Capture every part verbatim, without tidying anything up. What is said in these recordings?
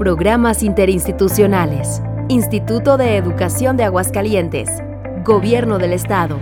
Programas interinstitucionales. Instituto de Educación de Aguascalientes. Gobierno del Estado.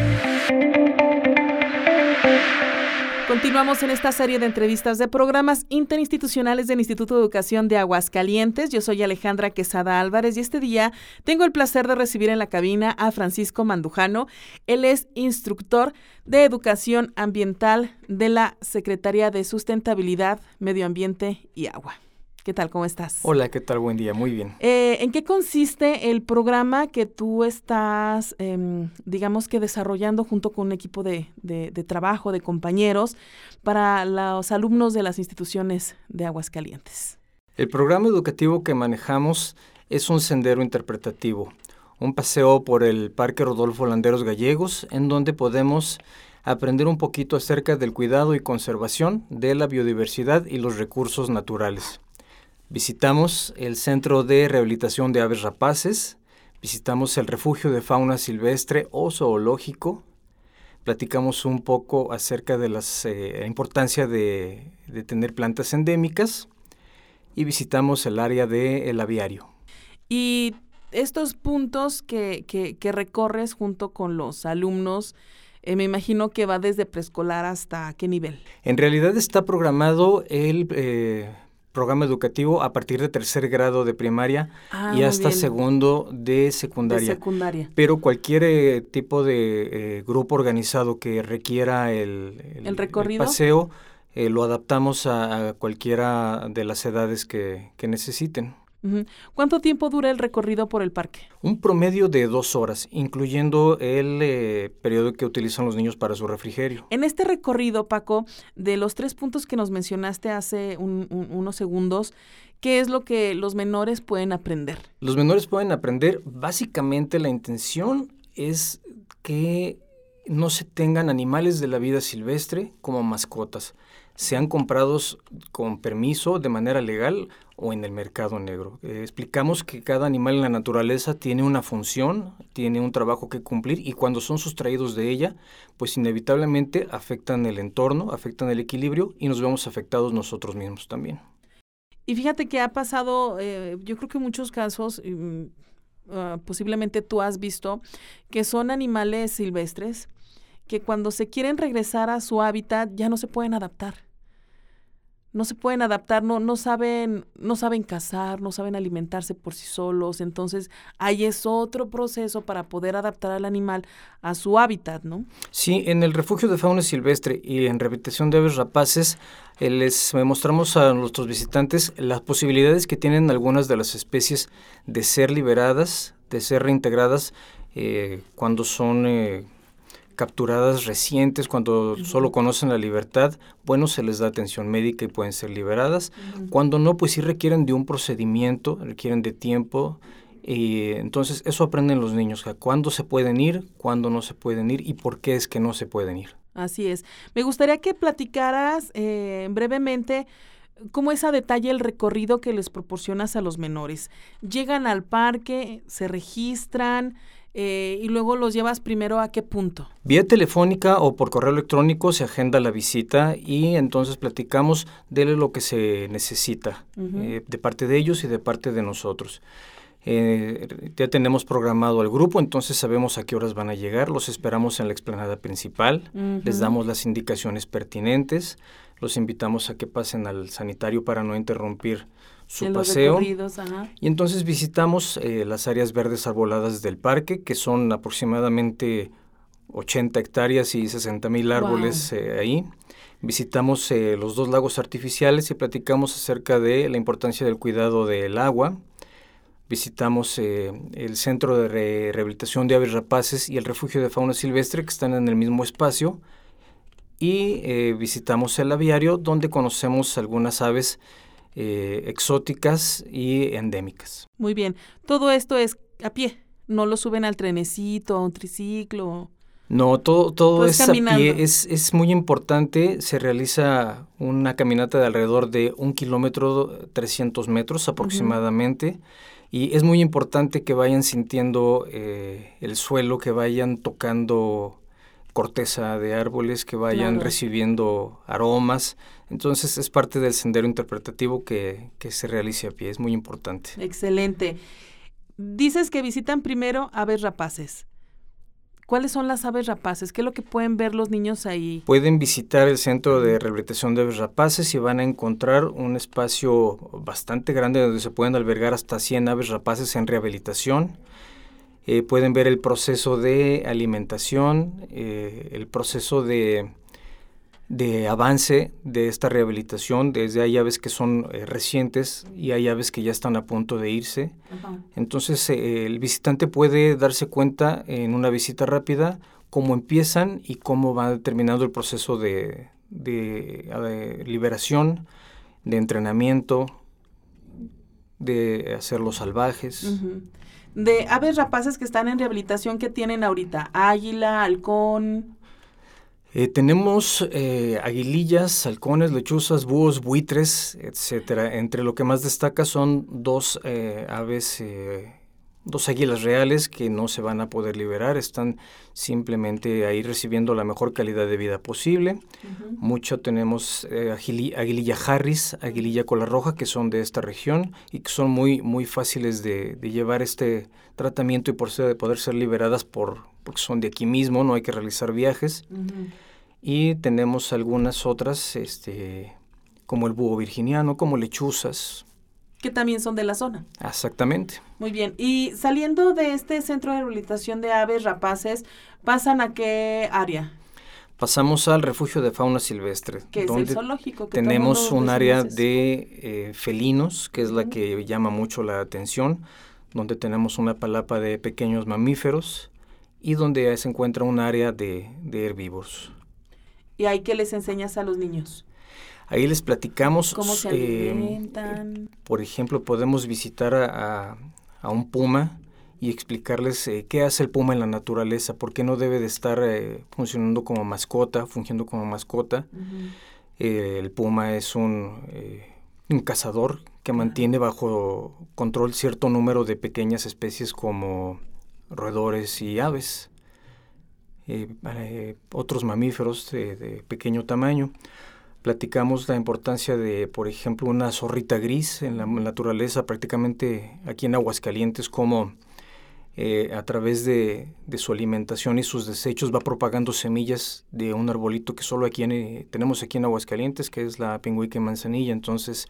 Continuamos en esta serie de entrevistas de programas interinstitucionales del Instituto de Educación de Aguascalientes. Yo soy Alejandra Quesada Álvarez y este día tengo el placer de recibir en la cabina a Francisco Mandujano. Él es instructor de Educación Ambiental de la Secretaría de Sustentabilidad, Medio Ambiente y Agua. ¿Qué tal? ¿Cómo estás? Hola, ¿qué tal? Buen día, muy bien. Eh, ¿En qué consiste el programa que tú estás, eh, digamos que desarrollando junto con un equipo de, de, de trabajo, de compañeros, para los alumnos de las instituciones de Aguascalientes? El programa educativo que manejamos es un sendero interpretativo, un paseo por el Parque Rodolfo Landeros Gallegos, en donde podemos aprender un poquito acerca del cuidado y conservación de la biodiversidad y los recursos naturales. Visitamos el Centro de Rehabilitación de Aves Rapaces, visitamos el Refugio de Fauna Silvestre o Zoológico, platicamos un poco acerca de las, eh, la importancia de, de tener plantas endémicas y visitamos el área del aviario. Y estos puntos que, que, que recorres junto con los alumnos, eh, me imagino que va desde preescolar hasta ¿qué nivel? En realidad está programado el Eh, programa educativo a partir de tercer grado de primaria ah, y hasta bien. segundo de secundaria. De secundaria. Pero cualquier eh, tipo de eh, grupo organizado que requiera el, el, ¿El recorrido? el paseo, eh, lo adaptamos a, a cualquiera de las edades que, que necesiten. Uh-huh. ¿Cuánto tiempo dura el recorrido por el parque? Un promedio de dos horas, incluyendo el eh, periodo que utilizan los niños para su refrigerio. En este recorrido, Paco, de los tres puntos que nos mencionaste hace un, un, unos segundos, ¿qué es lo que los menores pueden aprender? Los menores pueden aprender, básicamente la intención es que no se tengan animales de la vida silvestre como mascotas. Sean comprados con permiso, de manera legal o en el mercado negro. Eh, explicamos que cada animal en la naturaleza tiene una función, tiene un trabajo que cumplir y cuando son sustraídos de ella, pues inevitablemente afectan el entorno, afectan el equilibrio y nos vemos afectados nosotros mismos también. Y fíjate que ha pasado, eh, yo creo que en muchos casos, um, uh, posiblemente tú has visto, que son animales silvestres que cuando se quieren regresar a su hábitat ya no se pueden adaptar. No se pueden adaptar, no, no saben, no saben cazar, no saben alimentarse por sí solos. Entonces, ahí es otro proceso para poder adaptar al animal a su hábitat, ¿no? Sí, en el Refugio de Fauna Silvestre y en Rehabilitación de Aves Rapaces eh, les mostramos a nuestros visitantes las posibilidades que tienen algunas de las especies de ser liberadas, de ser reintegradas eh, cuando son Eh, capturadas recientes, cuando uh-huh. solo conocen la libertad, bueno, se les da atención médica y pueden ser liberadas. Uh-huh. Cuando no, pues sí requieren de un procedimiento, requieren de tiempo, y entonces eso aprenden los niños, cuándo se pueden ir, cuándo no se pueden ir y por qué es que no se pueden ir. Así es. Me gustaría que platicaras eh, brevemente cómo es a detalle el recorrido que les proporcionas a los menores. Llegan al parque, se registran, Eh, y luego los llevas primero ¿a qué punto? Vía telefónica o por correo electrónico se agenda la visita y entonces platicamos de lo que se necesita uh-huh. eh, de parte de ellos y de parte de nosotros. Eh, ya tenemos programado al grupo, entonces sabemos a qué horas van a llegar, los esperamos en la explanada principal, uh-huh. les damos las indicaciones pertinentes, los invitamos a que pasen al sanitario para no interrumpir su en paseo los ajá. Y entonces visitamos eh, las áreas verdes arboladas del parque, que son aproximadamente ochenta hectáreas y sesenta mil árboles wow. eh, ahí. Visitamos eh, los dos lagos artificiales y platicamos acerca de la importancia del cuidado del agua. Visitamos eh, el Centro de Re- Rehabilitación de Aves Rapaces y el Refugio de Fauna Silvestre, que están en el mismo espacio. Y eh, visitamos el aviario, donde conocemos algunas aves Eh, exóticas y endémicas. Muy bien. Todo esto es a pie, no lo suben al trenecito, a un triciclo. No, todo, todo pues es caminando. a pie, es, es muy importante, se realiza una caminata de alrededor de un kilómetro, trescientos metros aproximadamente, uh-huh. y es muy importante que vayan sintiendo eh, el suelo, que vayan tocando corteza de árboles, que vayan Claro. recibiendo aromas. Entonces es parte del sendero interpretativo que, que se realice a pie, es muy importante. Excelente. Dices que visitan primero aves rapaces. ¿Cuáles son las aves rapaces? ¿Qué es lo que pueden ver los niños ahí? Pueden visitar el Centro de Rehabilitación de Aves Rapaces y van a encontrar un espacio bastante grande donde se pueden albergar hasta cien aves rapaces en rehabilitación. Eh, pueden ver el proceso de alimentación, eh, el proceso de, de avance de esta rehabilitación. Desde hay aves que son eh, recientes y hay aves que ya están a punto de irse. Ajá. Entonces eh, el visitante puede darse cuenta en una visita rápida cómo empiezan y cómo va terminando el proceso de, de, de liberación, de entrenamiento, de hacerlos salvajes. Uh-huh. De aves rapaces que están en rehabilitación, ¿qué tienen ahorita? Águila, halcón. Eh, tenemos eh, aguilillas, halcones, lechuzas, búhos, buitres, etcétera. Entre lo que más destaca son dos eh, aves, eh, dos águilas reales que no se van a poder liberar, están simplemente ahí recibiendo la mejor calidad de vida posible. Uh-huh. Mucho tenemos eh, agili- aguililla Harris, aguililla cola roja, que son de esta región y que son muy, muy fáciles de, de llevar este tratamiento y por ser, poder ser liberadas por, porque son de aquí mismo, no hay que realizar viajes. Uh-huh. Y tenemos algunas otras, este, como el búho virginiano, como lechuzas. Que también son de la zona. Exactamente. Muy bien. Y saliendo de este centro de rehabilitación de aves rapaces, ¿pasan a qué área? Pasamos al refugio de fauna silvestre. Que es el zoológico. Que tenemos un área veces. de eh, felinos, que es Uh-huh. la que llama mucho la atención, donde tenemos una palapa de pequeños mamíferos y donde se encuentra un área de, de herbívoros. ¿Y ahí qué les enseñas a los niños? Ahí les platicamos. ¿Cómo se alimentan? Eh, por ejemplo, podemos visitar a, a, a un puma y explicarles eh, qué hace el puma en la naturaleza, por qué no debe de estar eh, funcionando como mascota, fungiendo como mascota. Uh-huh. Eh, el puma es un, eh, un cazador que uh-huh. mantiene bajo control cierto número de pequeñas especies como roedores y aves. Eh, eh, otros mamíferos de, de pequeño tamaño. Platicamos la importancia de, por ejemplo, una zorrita gris en la naturaleza, prácticamente aquí en Aguascalientes, como eh, a través de, de su alimentación y sus desechos va propagando semillas de un arbolito que solo aquí en, eh, tenemos aquí en Aguascalientes, que es la pingüica manzanilla. Entonces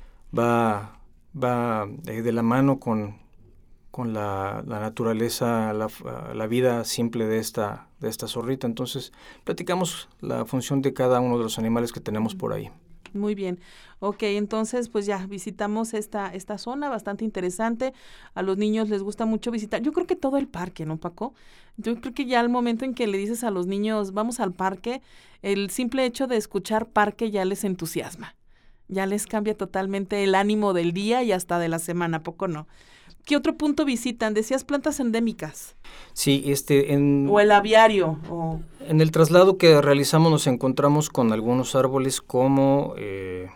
va, va eh, de la mano con, con la, la naturaleza, la, la vida simple de esta, de esta zorrita. Entonces, platicamos la función de cada uno de los animales que tenemos por ahí. Muy bien. Ok, entonces, pues ya visitamos esta, esta zona bastante interesante. A los niños les gusta mucho visitar. Yo creo que todo el parque, ¿no, Paco? Yo creo que ya al momento en que le dices a los niños, vamos al parque, el simple hecho de escuchar parque ya les entusiasma. Ya les cambia totalmente el ánimo del día y hasta de la semana, ¿poco no? ¿Qué otro punto visitan? Decías plantas endémicas. Sí, este... En, o el aviario. O... En el traslado que realizamos nos encontramos con algunos árboles como eh,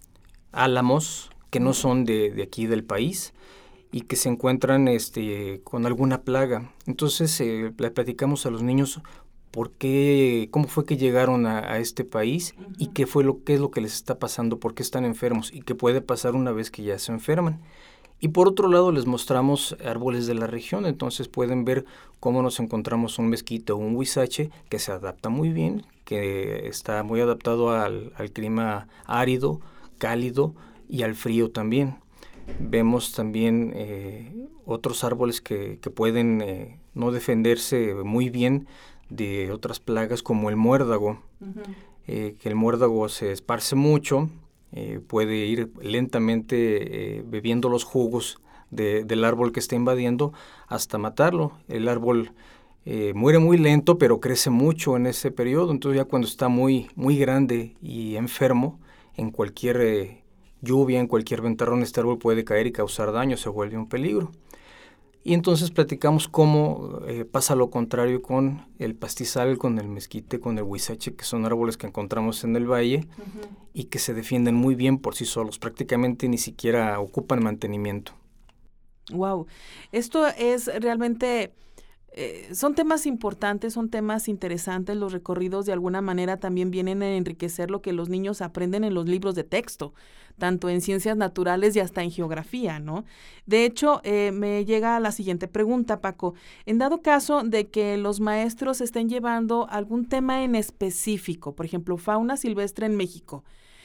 álamos, que no son de, de aquí del país y que se encuentran este, con alguna plaga. Entonces eh, le platicamos a los niños por qué, cómo fue que llegaron a, a este país uh-huh. y qué fue lo, qué es lo que les está pasando, por qué están enfermos y qué puede pasar una vez que ya se enferman. Y por otro lado les mostramos árboles de la región, entonces pueden ver cómo nos encontramos un mezquite o un huizache que se adapta muy bien, que está muy adaptado al, al clima árido, cálido y al frío también. Vemos también eh, otros árboles que, que pueden eh, no defenderse muy bien de otras plagas como el muérdago, uh-huh. eh, que el muérdago se esparce mucho. Eh, puede ir lentamente eh, bebiendo los jugos de, del árbol que está invadiendo hasta matarlo. El árbol eh, muere muy lento, pero crece mucho en ese periodo. Entonces ya cuando está muy, muy grande y enfermo, en cualquier eh, lluvia, en cualquier ventarrón, este árbol puede caer y causar daño, se vuelve un peligro. Y entonces platicamos cómo eh, pasa lo contrario con el pastizal, con el mezquite, con el huizache, que son árboles que encontramos en el valle uh-huh. y que se defienden muy bien por sí solos, prácticamente ni siquiera ocupan mantenimiento. Wow, esto es realmente Eh, son temas importantes, son temas interesantes. Los recorridos de alguna manera también vienen a enriquecer lo que los niños aprenden en los libros de texto, tanto en ciencias naturales y hasta en geografía, ¿no? De hecho, eh, me llega la siguiente pregunta, Paco. En dado caso de que los maestros estén llevando algún tema en específico, por ejemplo, fauna silvestre en México,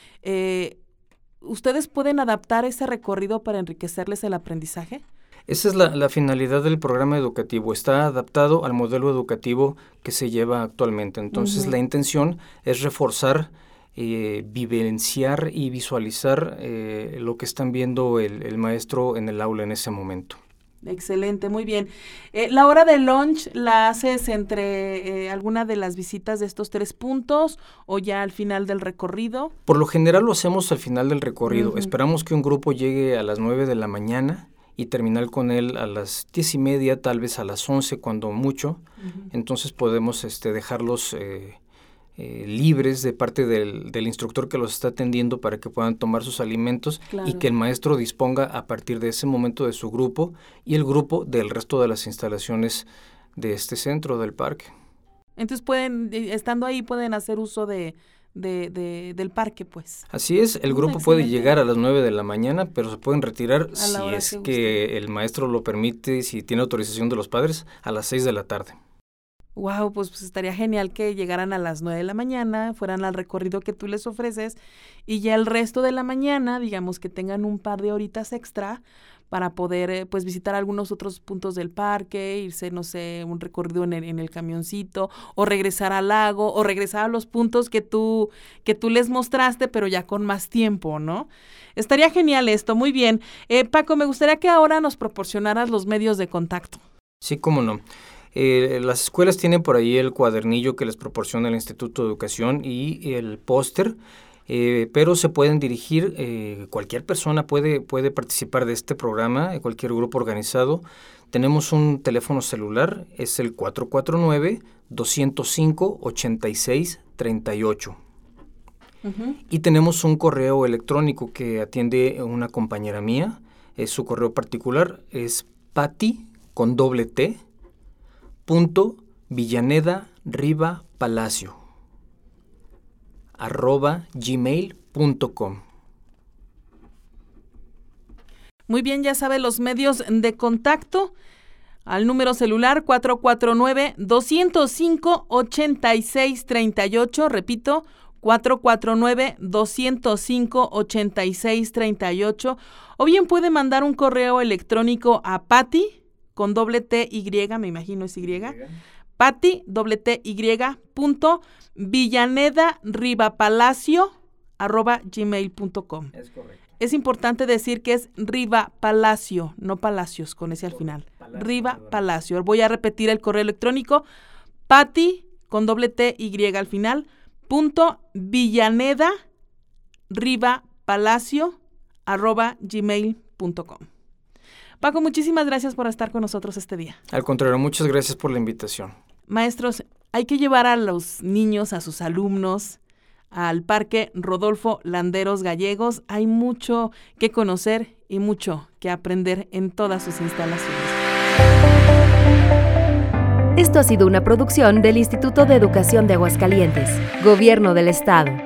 eh, ¿ustedes pueden adaptar ese recorrido para enriquecerles el aprendizaje? Esa es la, la finalidad del programa educativo. Está adaptado al modelo educativo que se lleva actualmente. Entonces, uh-huh. la intención es reforzar, eh, vivenciar y visualizar eh, lo que están viendo el, el maestro en el aula en ese momento. Excelente, muy bien. Eh, ¿La hora de lunch la haces entre eh, alguna de las visitas de estos tres puntos o ya al final del recorrido? Por lo general lo hacemos al final del recorrido. Uh-huh. Esperamos que un grupo llegue a las nueve de la mañana y terminar con él a las diez y media, tal vez a las once cuando mucho. Uh-huh. Entonces podemos este, dejarlos eh, eh, libres de parte del, del instructor que los está atendiendo para que puedan tomar sus alimentos, claro. y que el maestro disponga a partir de ese momento de su grupo y el grupo del resto de las instalaciones de este centro del parque. Entonces pueden, estando ahí, pueden hacer uso de... De, de, del parque, pues. Así es, el grupo Excelente. Puede llegar a las nueve de la mañana, pero se pueden retirar si es que, que el maestro lo permite, si tiene autorización de los padres, a las seis de la tarde. Wow, pues, pues estaría genial que llegaran a las nueve de la mañana, fueran al recorrido que tú les ofreces, y ya el resto de la mañana, digamos que tengan un par de horitas extra para poder eh, pues visitar algunos otros puntos del parque, irse, no sé, un recorrido en el, en el camioncito, o regresar al lago, o regresar a los puntos que tú, que tú les mostraste, pero ya con más tiempo, ¿no? Estaría genial esto, muy bien. Eh, Paco, me gustaría que ahora nos proporcionaras los medios de contacto. Sí, cómo no. Eh, las escuelas tienen por ahí el cuadernillo que les proporciona el Instituto de Educación y el póster. Eh, pero se pueden dirigir, eh, cualquier persona puede, puede participar de este programa, cualquier grupo organizado. Tenemos un teléfono celular, es el cuatro cuatro nueve, dos cero cinco, ocho seis tres ocho. Uh-huh. Y tenemos un correo electrónico que atiende una compañera mía, es su correo particular, es pati, con doble T, punto Villaneda Riva Palacio, arroba gmail punto com. Muy bien, ya sabe los medios de contacto al número celular cuatro cuatro nueve, dos cero cinco, ocho seis tres ocho, repito, cuatro cuatro nueve, dos cero cinco, ocho seis tres ocho, o bien puede mandar un correo electrónico a Pati, con doble T Y, me imagino es Y, y. Pati, doble T Y, punto, Villaneda Riva Palacio, arroba gmail punto com. Es correcto. Es importante decir que es Riva Palacio, no Palacios, con ese al final. Palacio, Riva perdón. Palacio. Voy a repetir el correo electrónico, Pati, con doble T Y al final, punto, Villaneda Riva Palacio, arroba gmail punto com. Paco, muchísimas gracias por estar con nosotros este día. Al contrario, muchas gracias por la invitación. Maestros, hay que llevar a los niños, a sus alumnos, al Parque Rodolfo Landeros Gallegos. Hay mucho que conocer y mucho que aprender en todas sus instalaciones. Esto ha sido una producción del Instituto de Educación de Aguascalientes, Gobierno del Estado.